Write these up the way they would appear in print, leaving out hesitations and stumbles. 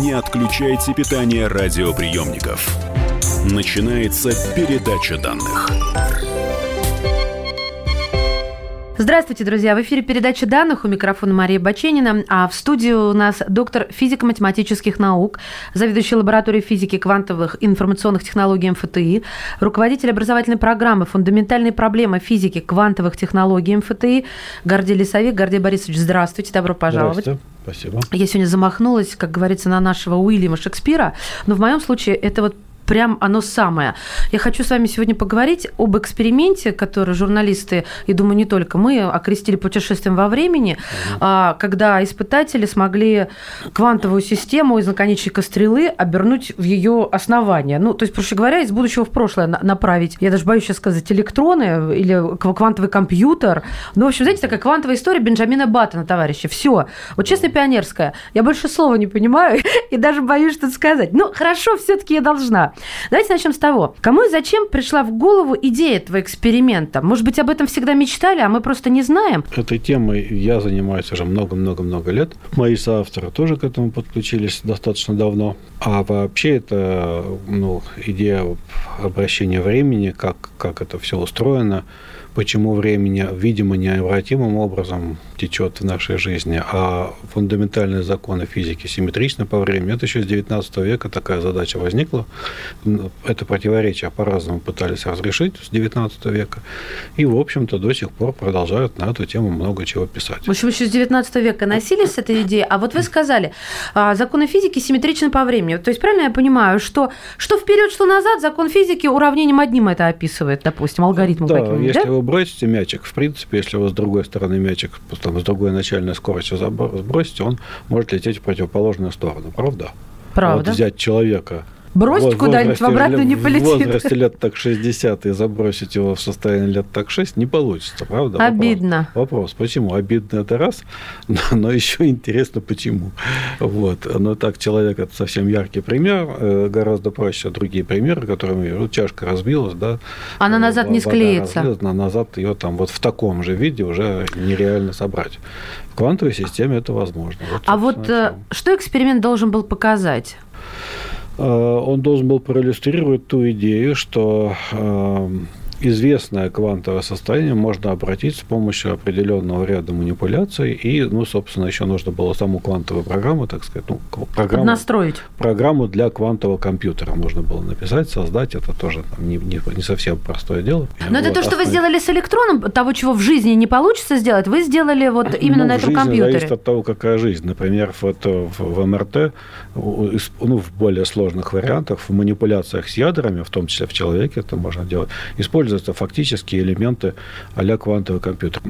Не отключайте питание радиоприемников. Начинается передача данных. Здравствуйте, друзья! В эфире передача данных, у микрофона Мария Баченина, а в студии у нас доктор физико-математических наук, заведующий лабораторией физики квантовых и информационных технологий МФТИ, руководитель образовательной программы «Фундаментальные проблемы физики квантовых технологий МФТИ» Гордей Лисовик. Гордей Борисович, здравствуйте, добро пожаловать. Здравствуйте. Спасибо. Я сегодня замахнулась, как говорится, на нашего Уильяма Шекспира, но в моем случае это вот прям оно самое. Я хочу с вами сегодня поговорить об эксперименте, который журналисты, и думаю, не только мы, окрестили путешествием во времени, когда испытатели смогли квантовую систему из наконечника стрелы обернуть в ее основание. Ну, то есть, проще говоря, из будущего в прошлое направить, я даже боюсь сейчас сказать, электроны или квантовый компьютер. Ну, в общем, знаете, такая квантовая история Бенджамина Баттона, товарищи. Все. Вот честно, пионерская. Я больше слова не понимаю и даже боюсь что-то сказать. Ну, хорошо, все-таки я должна. Давайте начнем с того, кому и зачем пришла в голову идея этого эксперимента? Может быть, об этом всегда мечтали, а мы просто не знаем? Этой темой я занимаюсь уже много-много-много лет. Мои соавторы тоже к этому подключились достаточно давно. А вообще это идея обращения времени, как это все устроено, почему времени, видимо, необратимым образом течет в нашей жизни, а фундаментальные законы физики симметричны по времени. Это еще с XIX века такая задача возникла. Это противоречие по-разному пытались разрешить с XIX века. И, в общем-то, до сих пор продолжают на эту тему много чего писать. В общем, еще с XIX века носились с этой идеей. А вот вы сказали, законы физики симметричны по времени. То есть, правильно я понимаю, что вперед, что назад, закон физики уравнением одним это описывает, допустим, алгоритмом каким-нибудь, да? Если вы бросите мячик, в принципе, если вы с другой стороны мячик, с другой начальной скоростью сбросите, он может лететь в противоположную сторону, правда? Правда. Вот взять человека, бросить куда-нибудь, в обратную не полетит. В возрасте лет так 60 и забросить его в состоянии лет так 6 не получится, правда? Обидно. Вопрос, почему? Обидно это раз, но еще интересно, почему. Вот. Но так, человек – это совсем яркий пример, гораздо проще другие примеры, которые чашка разбилась, да. Она назад не склеится. Разбилась, назад ее там вот в таком же виде уже нереально собрать. В квантовой системе это возможно. Что эксперимент должен был показать? Он должен был проиллюстрировать ту идею, что известное квантовое состояние можно обратить с помощью определенного ряда манипуляций. И, собственно, еще нужно было саму квантовую программу, так сказать, настроить. Программу для квантового компьютера нужно было написать, создать. Это тоже не совсем простое дело. Но это то, что вы сделали с электроном, того, чего в жизни не получится сделать, вы сделали именно на этом компьютере. Зависит от того, какая жизнь. Например, в МРТ, в более сложных вариантах, в манипуляциях с ядрами, в том числе в человеке, это можно делать, используются фактические элементы а-ля квантовый компьютер.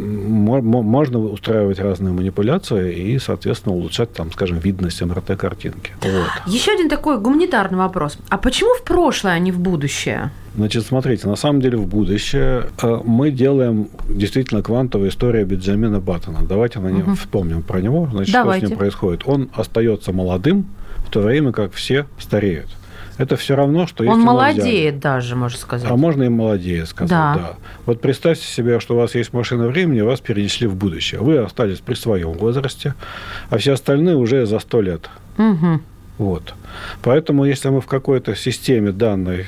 Можно устраивать разные манипуляции и, соответственно, улучшать, скажем, видность МРТ-картинки. Вот. Еще один такой гуманитарный вопрос. А почему в прошлое, а не в будущее? Значит, смотрите, на самом деле в будущее мы делаем действительно квантовую историю Бенджамина Баттона. Давайте вспомним про него. Значит, что с ним происходит? Он остается молодым, в то время как все стареют. Это все равно, что он молодеет даже, можно сказать. А можно и молодеет сказать, да. Вот представьте себе, что у вас есть машина времени, вас перенесли в будущее. Вы остались при своем возрасте, а все остальные уже за 100 лет. Угу. Вот. Поэтому, если мы в какой-то системе данной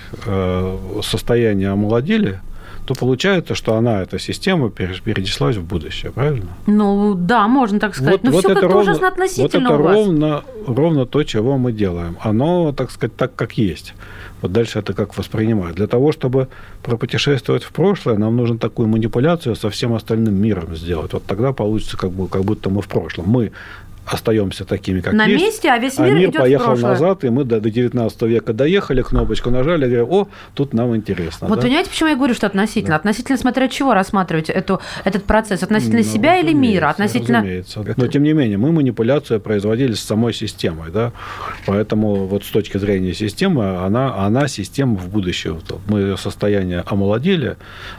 состояние омолодили, то получается, что эта система перенеслась в будущее, правильно? Да, можно так сказать. Но все как-то ужасно относительно у вас. Это ровно то, чего мы делаем. Оно, так сказать, так, как есть. Вот дальше это как воспринимать. Для того, чтобы пропутешествовать в прошлое, нам нужно такую манипуляцию со всем остальным миром сделать. Вот тогда получится, как будто мы в прошлом. Мы остаемся такими, как на есть. На месте, а весь мир идет поехал в прошлое. назад, и мы до 19 века доехали, кнопочку нажали, и говорим, тут нам интересно. Вот понимаете, почему я говорю, что относительно? Да. Относительно, смотря чего рассматривать этот процесс? Относительно себя или мира? Относительно... Разумеется. Но, тем не менее, мы манипуляцию производили с самой системой, да? Поэтому вот с точки зрения системы, она система в будущее. Мы ее состояние омолодили,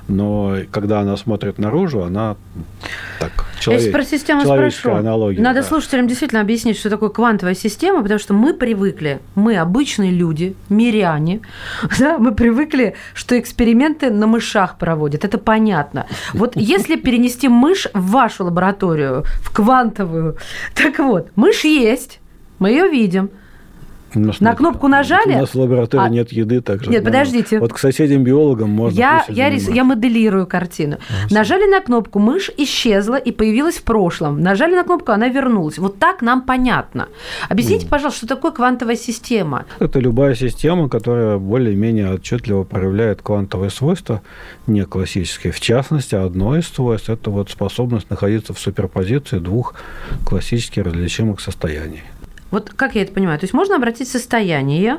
но когда она смотрит наружу, она так, Если про систему спрошу, аналогия, надо слушателям действительно объяснить, что такое квантовая система, потому что мы привыкли, мы обычные люди, миряне, да, мы привыкли, что эксперименты на мышах проводят, это понятно. Вот если перенести мышь в вашу лабораторию, в квантовую, так вот, мышь есть, мы ее видим. На кнопку нажали? У нас в лаборатории нет еды, так же. Нет, подождите. Вот к соседям-биологам можно. Я моделирую картину. Нажали на кнопку, мышь исчезла и появилась в прошлом. Нажали на кнопку, она вернулась. Вот так нам понятно. Объясните, пожалуйста, что такое квантовая система? Это любая система, которая более-менее отчетливо проявляет квантовые свойства, не классические. В частности, одно из свойств – это вот способность находиться в суперпозиции двух классически различимых состояний. Вот как я это понимаю? То есть можно обратить состояние,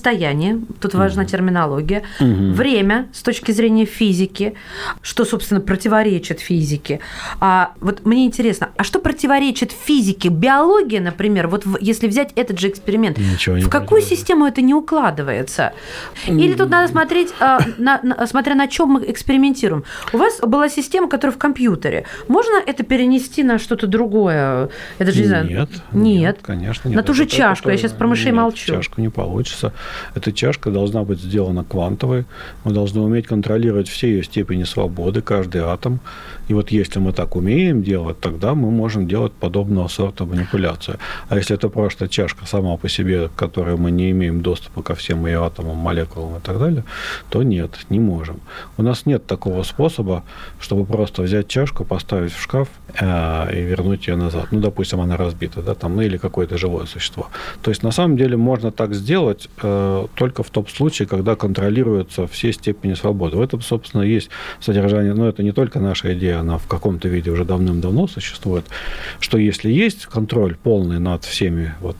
тут важна терминология, время с точки зрения физики, что, собственно, противоречит физике. А вот мне интересно, а что противоречит физике? Биология, например, вот если взять этот же эксперимент, в какую систему это не укладывается? Или тут надо смотреть, смотря на чем мы экспериментируем. У вас была система, которая в компьютере. Можно это перенести на что-то другое? Это же, нет, конечно, нет. На ту же чашку, я сейчас про мышей молчу. Чашку не получится. Эта чашка должна быть сделана квантовой. Мы должны уметь контролировать все ее степени свободы, каждый атом. И вот если мы так умеем делать, тогда мы можем делать подобного сорта манипуляции. А если это просто чашка сама по себе, к которой мы не имеем доступа ко всем ее атомам, молекулам и так далее, то нет, не можем. У нас нет такого способа, чтобы просто взять чашку, поставить в шкаф и вернуть ее назад. Ну, допустим, она разбита, да, там, ну, или какое-то живое существо. То есть, на самом деле, можно так сделать только в том случае, когда контролируются все степени свободы. В этом, собственно, есть содержание, но это не только наша идея, она в каком-то виде уже давным-давно существует, что если есть контроль полный над всеми вот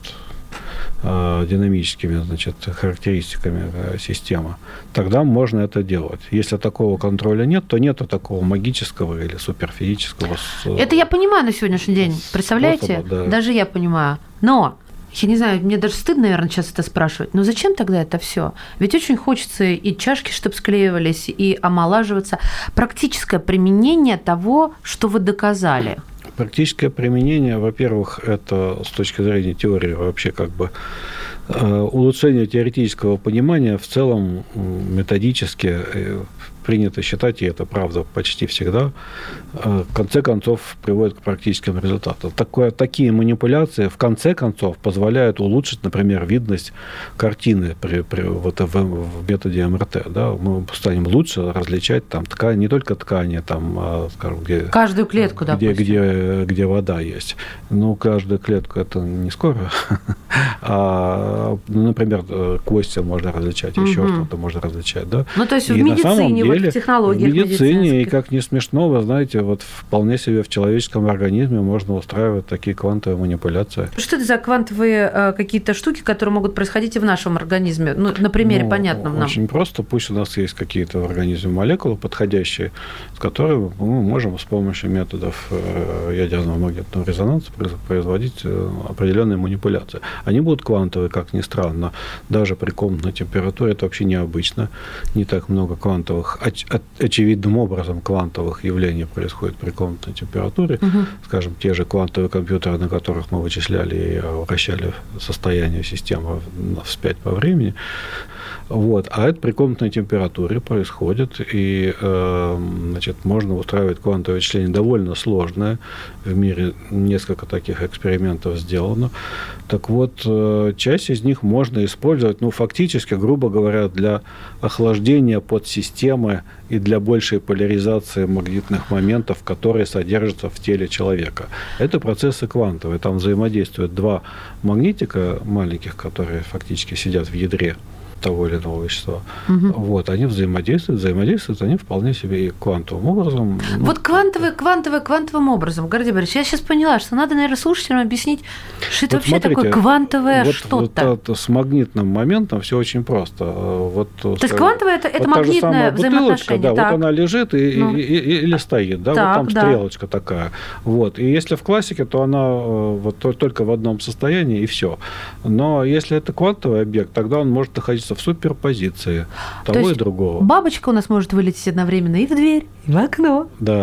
динамическими, значит, характеристиками системы, тогда можно это делать. Если такого контроля нет, то нет такого магического или суперфизического. Это я понимаю на сегодняшний день. Представляете? Способа, да. Даже я понимаю. Но я не знаю, мне даже стыдно, наверное, сейчас это спрашивать. Но зачем тогда это все? Ведь очень хочется и чашки, чтобы склеивались, и омолаживаться. Практическое применение того, что вы доказали. Практическое применение, во-первых, это с точки зрения теории вообще как бы улучшение теоретического понимания в целом методически принято считать, и это правда почти всегда, в конце концов приводит к практическим результатам. Такие манипуляции в конце концов позволяют улучшить, например, видность картины в методе МРТ. Да? Мы станем лучше различать там ткани, не только ткани, там, скажем, где... Каждую клетку, где вода есть. Ну, каждую клетку это не скоро. Например, кости можно различать, еще что-то можно различать. Да? Ну, то есть в медицине, в технологиях в медицине, и как не смешно, вы знаете, вот вполне себе в человеческом организме можно устраивать такие квантовые манипуляции. Что это за квантовые какие-то штуки, которые могут происходить и в нашем организме? Ну, на примере понятном нам. Очень просто. Пусть у нас есть какие-то в организме молекулы подходящие, с которыми мы можем с помощью методов ядерного магнитного резонанса производить определенные манипуляции. Они будут квантовые, как ни странно. Даже при комнатной температуре это вообще необычно. Не так много квантовых, очевидным образом квантовых явлений происходит при комнатной температуре. Скажем, те же квантовые компьютеры, на которых мы вычисляли и вращали состояние системы вспять по времени. Вот. А это при комнатной температуре происходит, и значит, можно устраивать квантовые вычисления довольно сложное. В мире несколько таких экспериментов сделано. Так вот, часть из них можно использовать, ну, фактически, грубо говоря, для охлаждения подсистемы и для большей поляризации магнитных моментов, которые содержатся в теле человека. Это процессы квантовые. Там взаимодействуют два магнитика маленьких, которые фактически сидят в ядре того или иного вещества. Вот, они взаимодействуют они вполне себе и квантовым образом. Вот квантовым образом, Гордей Борисович, я сейчас поняла, что надо, наверное, слушателям объяснить, что это вот вообще смотрите, такое квантовое что-то. Вот с магнитным моментом все очень просто. То есть квантовое – это магнитное взаимоотношение. Да, вот она лежит или стоит, да, так, вот там стрелочка такая. Вот. И если в классике, то она вот только в одном состоянии, и все. Но если это квантовый объект, тогда он может находиться в суперпозиции того и другого. Бабочка у нас может вылететь одновременно и в дверь, и в окно. Да.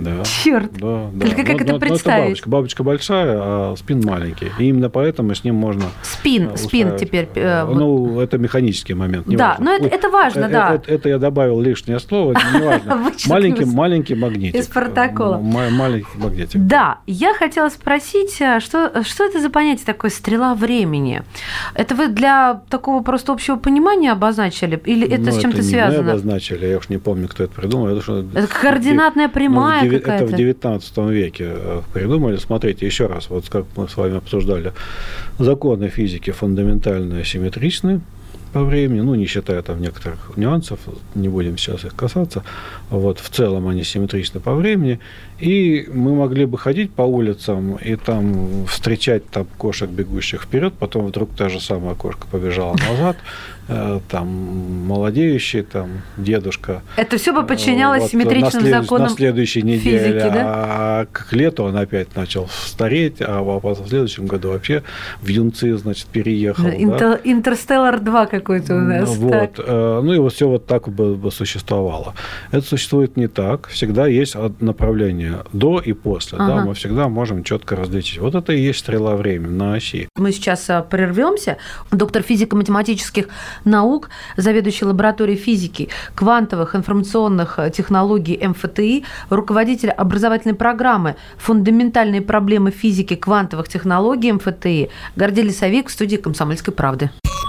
Да. Черт! Да. Только как это представить? Это бабочка большая, а спин маленький. И именно поэтому с ним можно... Спин теперь... это механический момент. Да, но это важно, да. Это я добавил лишнее слово, не важно. Маленький магнитик. Из протокола. Маленький магнитик. Да, я хотела спросить, что это за понятие такое «стрела времени»? Это вы для такого просто общего понимания обозначили? Или это с чем-то связано? Это не мы обозначили, я уж не помню, кто это придумал. Это координатная прямая какая-то? Это в 19 веке придумали. Смотрите, еще раз, вот как мы с вами обсуждали, законы физики фундаментально асимметричны по времени, не считая там некоторых нюансов, не будем сейчас их касаться, вот, в целом они симметричны по времени, и мы могли бы ходить по улицам и там встречать там кошек, бегущих вперед, потом вдруг та же самая кошка побежала назад, там молодеющий, там дедушка. Это все бы подчинялось симметричным законам на следующей неделе, физики, да? А к лету он опять начал стареть, а в следующем году вообще в юнцы, значит, переехал. Интерстеллар 2 какой-то у нас. Вот. И вот все вот так бы существовало. Это существует не так. Всегда есть направление до и после. Ага. Да, мы всегда можем четко различить. Вот это и есть стрела времени на оси. Мы сейчас прервемся. Доктор физико-математических наук, заведующий лабораторией физики, квантовых информационных технологий МФТИ, руководитель образовательной программы «Фундаментальные проблемы физики квантовых технологий МФТИ» Гордей Лесовик в студии «Комсомольской правды».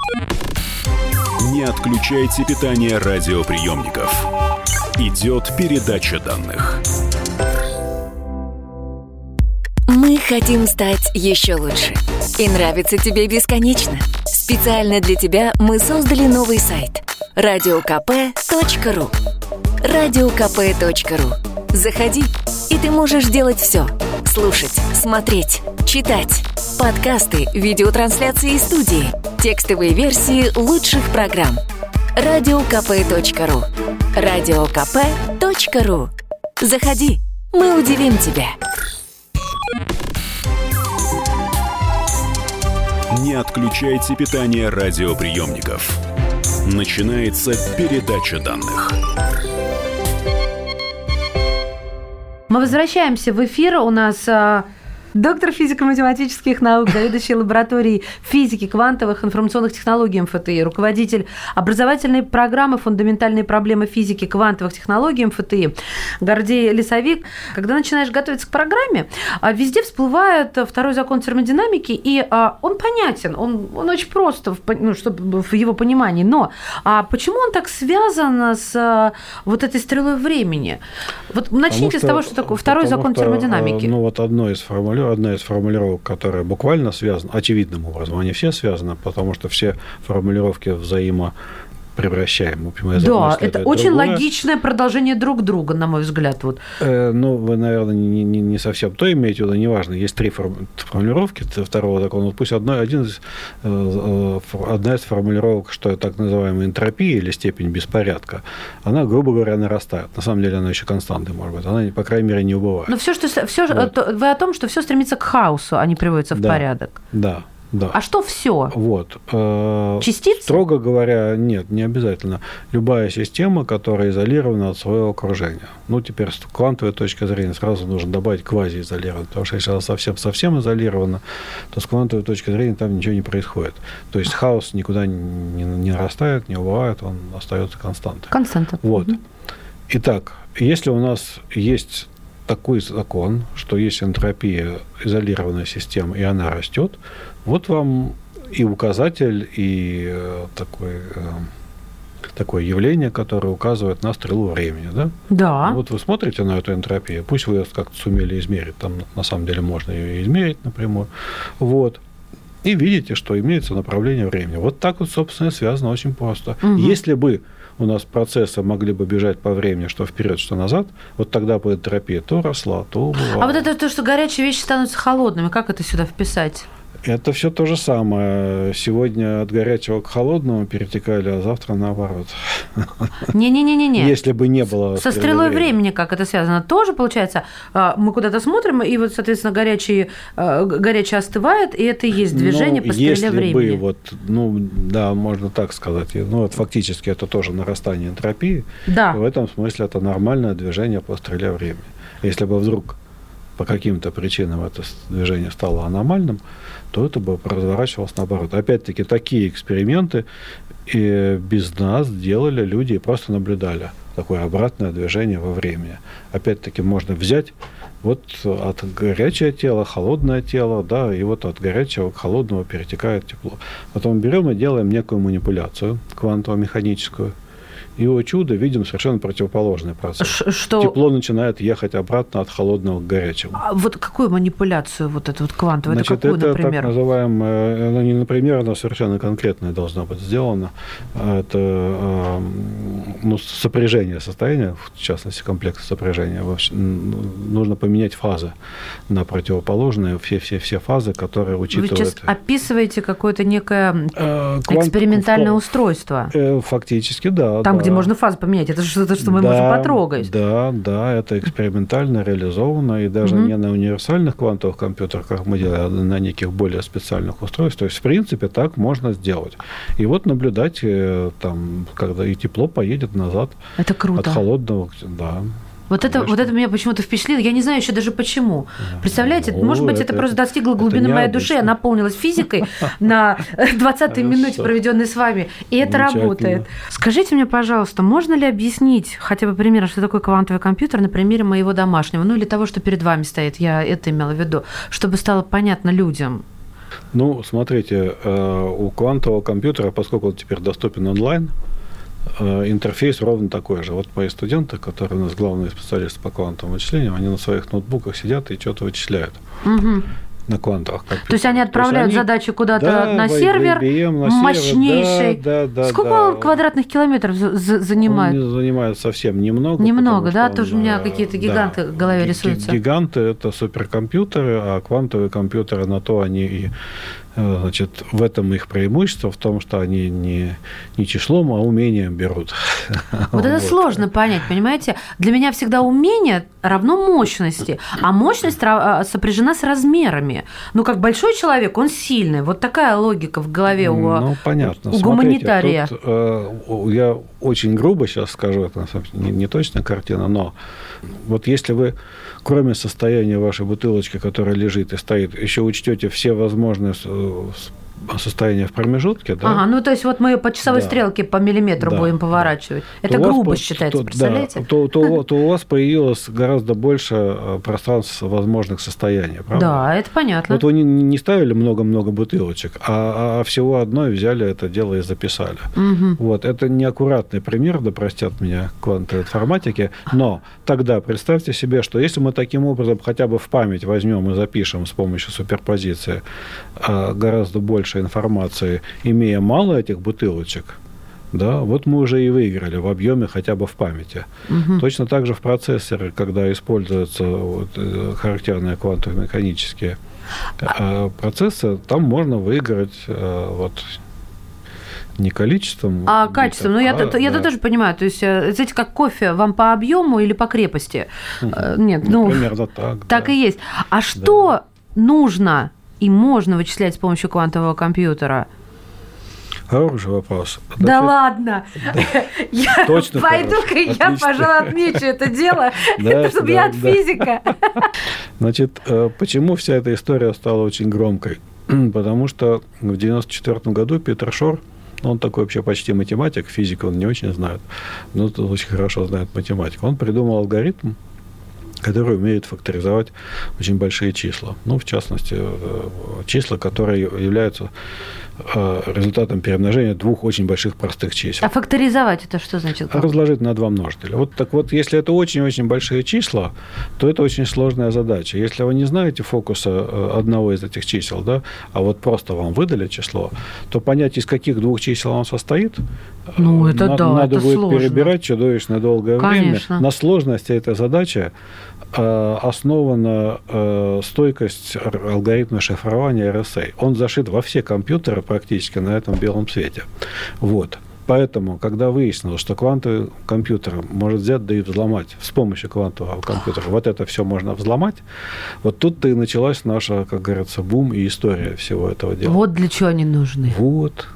Не отключайте питание радиоприемников. Идет передача данных. Мы хотим стать еще лучше. И нравится тебе бесконечно. Специально для тебя мы создали новый сайт – radiokp.ru. radiokp.ru. Заходи, и ты можешь делать все. Слушать, смотреть, читать. Подкасты, видеотрансляции из студии, текстовые версии лучших программ. radiokp.ru. radiokp.ru. Заходи, мы удивим тебя. Не отключайте питание радиоприемников. Начинается передача данных. Мы возвращаемся в эфир. У нас доктор физико-математических наук, заведующий лабораторией физики квантовых информационных технологий МФТИ, руководитель образовательной программы «Фундаментальные проблемы физики квантовых технологий МФТИ» Гордей Лесовик. Когда начинаешь готовиться к программе, везде всплывает второй закон термодинамики, и он понятен, он очень прост, чтобы в его понимании. Но почему он так связан с вот этой стрелой времени? Вот начните с того, что такое второй закон термодинамики. Одна из формулировок, которая буквально связана, очевидным образом, они все связаны, потому что все формулировки взаимопревращаемы. Да, это очень логичное продолжение друг друга, на мой взгляд. Вот. Вы, наверное, не совсем то имеете в виду, неважно. Есть три формулировки второго закона. Вот пусть одна из формулировок, что так называемая энтропия или степень беспорядка, она, грубо говоря, нарастает. На самом деле она еще константой, может быть. Она, по крайней мере, не убывает. Но вы о том, что все стремится к хаосу, а не приводится в порядок. Да. Да. А что все? Вот. Частицы? Строго говоря, нет, не обязательно. Любая система, которая изолирована от своего окружения. Теперь с квантовой точки зрения сразу нужно добавить квазиизолированно, потому что если она совсем изолирована, то с квантовой точки зрения там ничего не происходит. То есть хаос никуда не нарастает, не убывает, он остается константой. Константа. Вот. Итак, если у нас есть такой закон, что есть энтропия изолированной системы, и она растет, вот вам и указатель, и такое явление, которое указывает на стрелу времени. Да? Да. Вот вы смотрите на эту энтропию, пусть вы ее как-то сумели измерить, там на самом деле можно ее измерить напрямую, вот, и видите, что имеется направление времени. Вот так вот, собственно, связано очень просто. Угу. Если бы у нас процессы могли бы бежать по времени, что вперед, что назад, вот тогда бы энтропия то росла, то убывала. А вот это то, что горячие вещи становятся холодными, как это сюда вписать? Это все то же самое. Сегодня от горячего к холодному перетекали, а завтра наоборот. Не-не-не-не. Если бы не было... Со стрелой времени как это связано? Тоже, получается, мы куда-то смотрим, и вот, соответственно, горячее остывает, и это и есть движение по стреле времени. Если бы, да, можно так сказать. Фактически это тоже нарастание энтропии. Да. В этом смысле это нормальное движение по стреле времени. Если бы вдруг по каким-то причинам это движение стало аномальным, то это бы разворачивалось наоборот. Опять-таки, такие эксперименты и без нас делали люди и просто наблюдали такое обратное движение во времени. Опять-таки, можно взять вот от горячего тела, холодное тело, да, и вот от горячего к холодному перетекает тепло. Потом берем и делаем некую манипуляцию квантово-механическую, и, о чудо, видим совершенно противоположный процесс. Что? Тепло начинает ехать обратно от холодного к горячему. А вот какую манипуляцию вот эту вот квантовую? Значит, это какую, это например? так называемая, она не например, она совершенно конкретная должна быть сделана. Это сопряжение состояния, в частности, комплекс сопряжения. Нужно поменять фазы на противоположные, все фазы, которые учитывают... Вы сейчас описываете какое-то некое экспериментальное устройство. Фактически, да. Там, где можно фазы поменять. Это что-то, что мы можем потрогать. Да, это экспериментально реализовано, и даже не на универсальных квантовых компьютерах, как мы делаем, а на неких более специальных устройствах. То есть, в принципе, так можно сделать. И вот наблюдать, там, когда и тепло поедет назад. Это круто. От холодного, да. Вот это меня почему-то впечатлило. Я не знаю еще даже почему. Представляете, может быть, это просто достигло глубины моей души, я наполнилась физикой на 20-й минуте, проведенной с вами, и это работает. Скажите мне, пожалуйста, можно ли объяснить хотя бы примерно, что такое квантовый компьютер на примере моего домашнего, или того, что перед вами стоит, я это имела в виду, чтобы стало понятно людям? Ну, смотрите, у квантового компьютера, поскольку он теперь доступен онлайн, интерфейс ровно такой же. Вот мои студенты, которые у нас главные специалисты по квантовым вычислениям, они на своих ноутбуках сидят и что-то вычисляют. На квантовых компьютерах. То есть они отправляют задачи куда-то на сервер, IBM, мощнейший. Да, сколько квадратных километров занимает? Он занимает совсем немного. Немного, да? Тоже у меня какие-то гиганты в голове рисуются. Гиганты – это суперкомпьютеры, а квантовые компьютеры на то они и... Значит, в этом их преимущество, в том, что они не числом, а умением берут. Вот это сложно понять, понимаете? Для меня всегда умение равно мощности, а мощность сопряжена с размерами. Ну, как большой человек, он сильный. Вот такая логика в голове у гуманитария. Тут, я очень грубо сейчас скажу, это не точная картина, но вот если вы, кроме состояния вашей бутылочки, которая лежит и стоит, еще учтете все возможные состояние в промежутке, да? Ага, то есть вот мы по часовой стрелке по миллиметру будем поворачивать. Это грубо считается, представляете? То у вас появилось гораздо больше пространства возможных состояний, правда? Да, это понятно. Вот вы не ставили много-много бутылочек, а всего одной взяли это дело и записали. Вот, это неаккуратный пример, да простят меня квантовой информатики, но тогда представьте себе, что если мы таким образом хотя бы в память возьмем и запишем с помощью суперпозиции гораздо больше информации, имея мало этих бутылочек, да, вот мы уже и выиграли в объеме хотя бы в памяти. Точно так же в процессоре, когда используются характерные квантово-механические процессы, там можно выиграть не количеством, а качеством. Я тоже понимаю. То есть, знаете, как кофе, вам по объему или по крепости? Нет, примерно так. Так и есть. А что нужно и можно вычислять с помощью квантового компьютера? Хороший вопрос. Да ладно! Я пойду-ка я, пожалуй, отмечу это дело, чтобы я от физика. Значит, почему вся эта история стала очень громкой? Потому что в 1994 году Питер Шор, он такой вообще почти математик, физик он не очень знает, но очень хорошо знает математику. Он придумал алгоритм, который умеет факторизовать очень большие числа. В частности, числа, которые являются результатом перемножения двух очень больших простых чисел. А факторизовать это что значит? Разложить на два множителя. Так если это очень-очень большие числа, то это очень сложная задача. Если вы не знаете фокуса одного из этих чисел, да, а вот просто вам выдали число, то понять, из каких двух чисел оно состоит, надо будет сложно перебирать чудовищно долгое время. На сложности этой задачи основана стойкость алгоритма шифрования RSA. Он зашит во все компьютеры практически на этом белом свете. Вот. Поэтому, когда выяснилось, что квантовый компьютер может взять, да и взломать с помощью квантового компьютера, вот это все можно взломать, вот тут-то и началась наша, как говорится, бум и история всего этого дела. Вот для чего они нужны. Вот.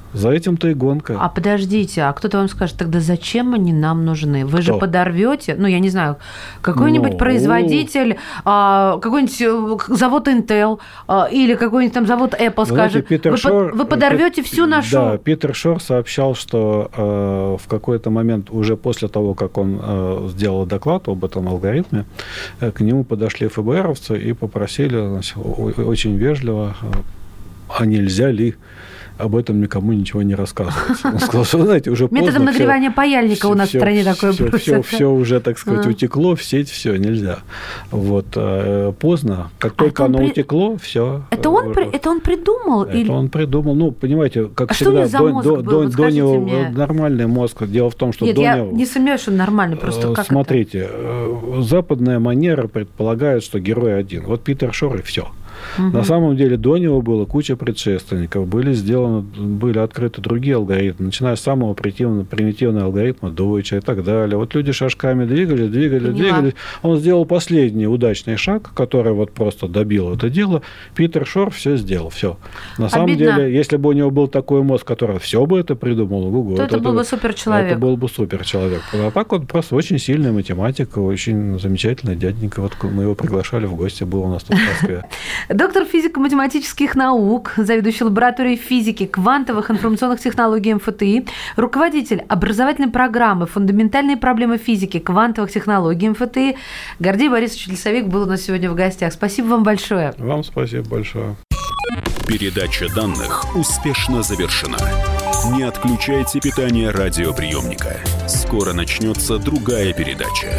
За этим-то и гонка. А подождите, а кто-то вам скажет, тогда зачем они нам нужны? Вы же подорвете, я не знаю, какой-нибудь производитель, какой-нибудь завод Intel или какой-нибудь там завод Apple скажет, вы подорвете всю нашу... Да, Питер Шор сообщал, что в какой-то момент, уже после того, как он сделал доклад об этом алгоритме, к нему подошли ФБРовцы и попросили, очень вежливо, а нельзя ли об этом никому ничего не рассказывать. Он сказал, что, знаете, уже поздно. Методом нагревания паяльника у нас в стране такое бросят. Все уже, так сказать, утекло в сеть, все, нельзя. Поздно. Как только оно утекло, все. Это он придумал? Это он придумал. Понимаете, как всегда, до него нормальный мозг. Дело в том, что Нет, я не сомневаюсь, что он нормальный, просто как смотрите, западная манера предполагает, что герой один. Вот Питер Шор и все. На самом деле до него было куча предшественников, были открыты другие алгоритмы, начиная с самого примитивного алгоритма Дойча и так далее. Вот люди шажками двигались. Он сделал последний удачный шаг, который просто добил это дело. Питер Шор все сделал, все. На самом деле, если бы у него был такой мозг, который все бы это придумал, то это был бы суперчеловек. Это был бы суперчеловек. А так он просто очень сильный математик, очень замечательный дяденька. Мы его приглашали в гости, был у нас тут в Москве. Доктор физико-математических наук, заведующий лабораторией физики квантовых информационных технологий МФТИ, руководитель образовательной программы «Фундаментальные проблемы физики квантовых технологий МФТИ» Гордей Борисович Лесовик был у нас сегодня в гостях. Спасибо вам большое. Вам спасибо большое. Передача данных успешно завершена. Не отключайте питание радиоприемника. Скоро начнется другая передача.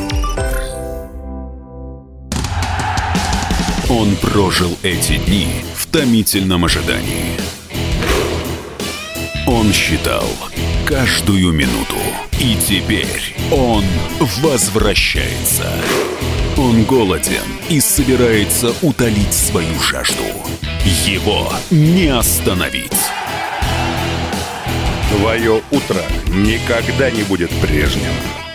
Он прожил эти дни в томительном ожидании. Он считал каждую минуту. И теперь он возвращается. Он голоден и собирается утолить свою жажду. Его не остановить. Твое утро никогда не будет прежним.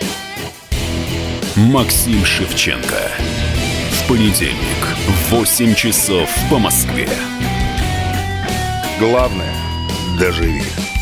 Максим Шевченко. В понедельник в 8 часов по Москве. Главное – доживи.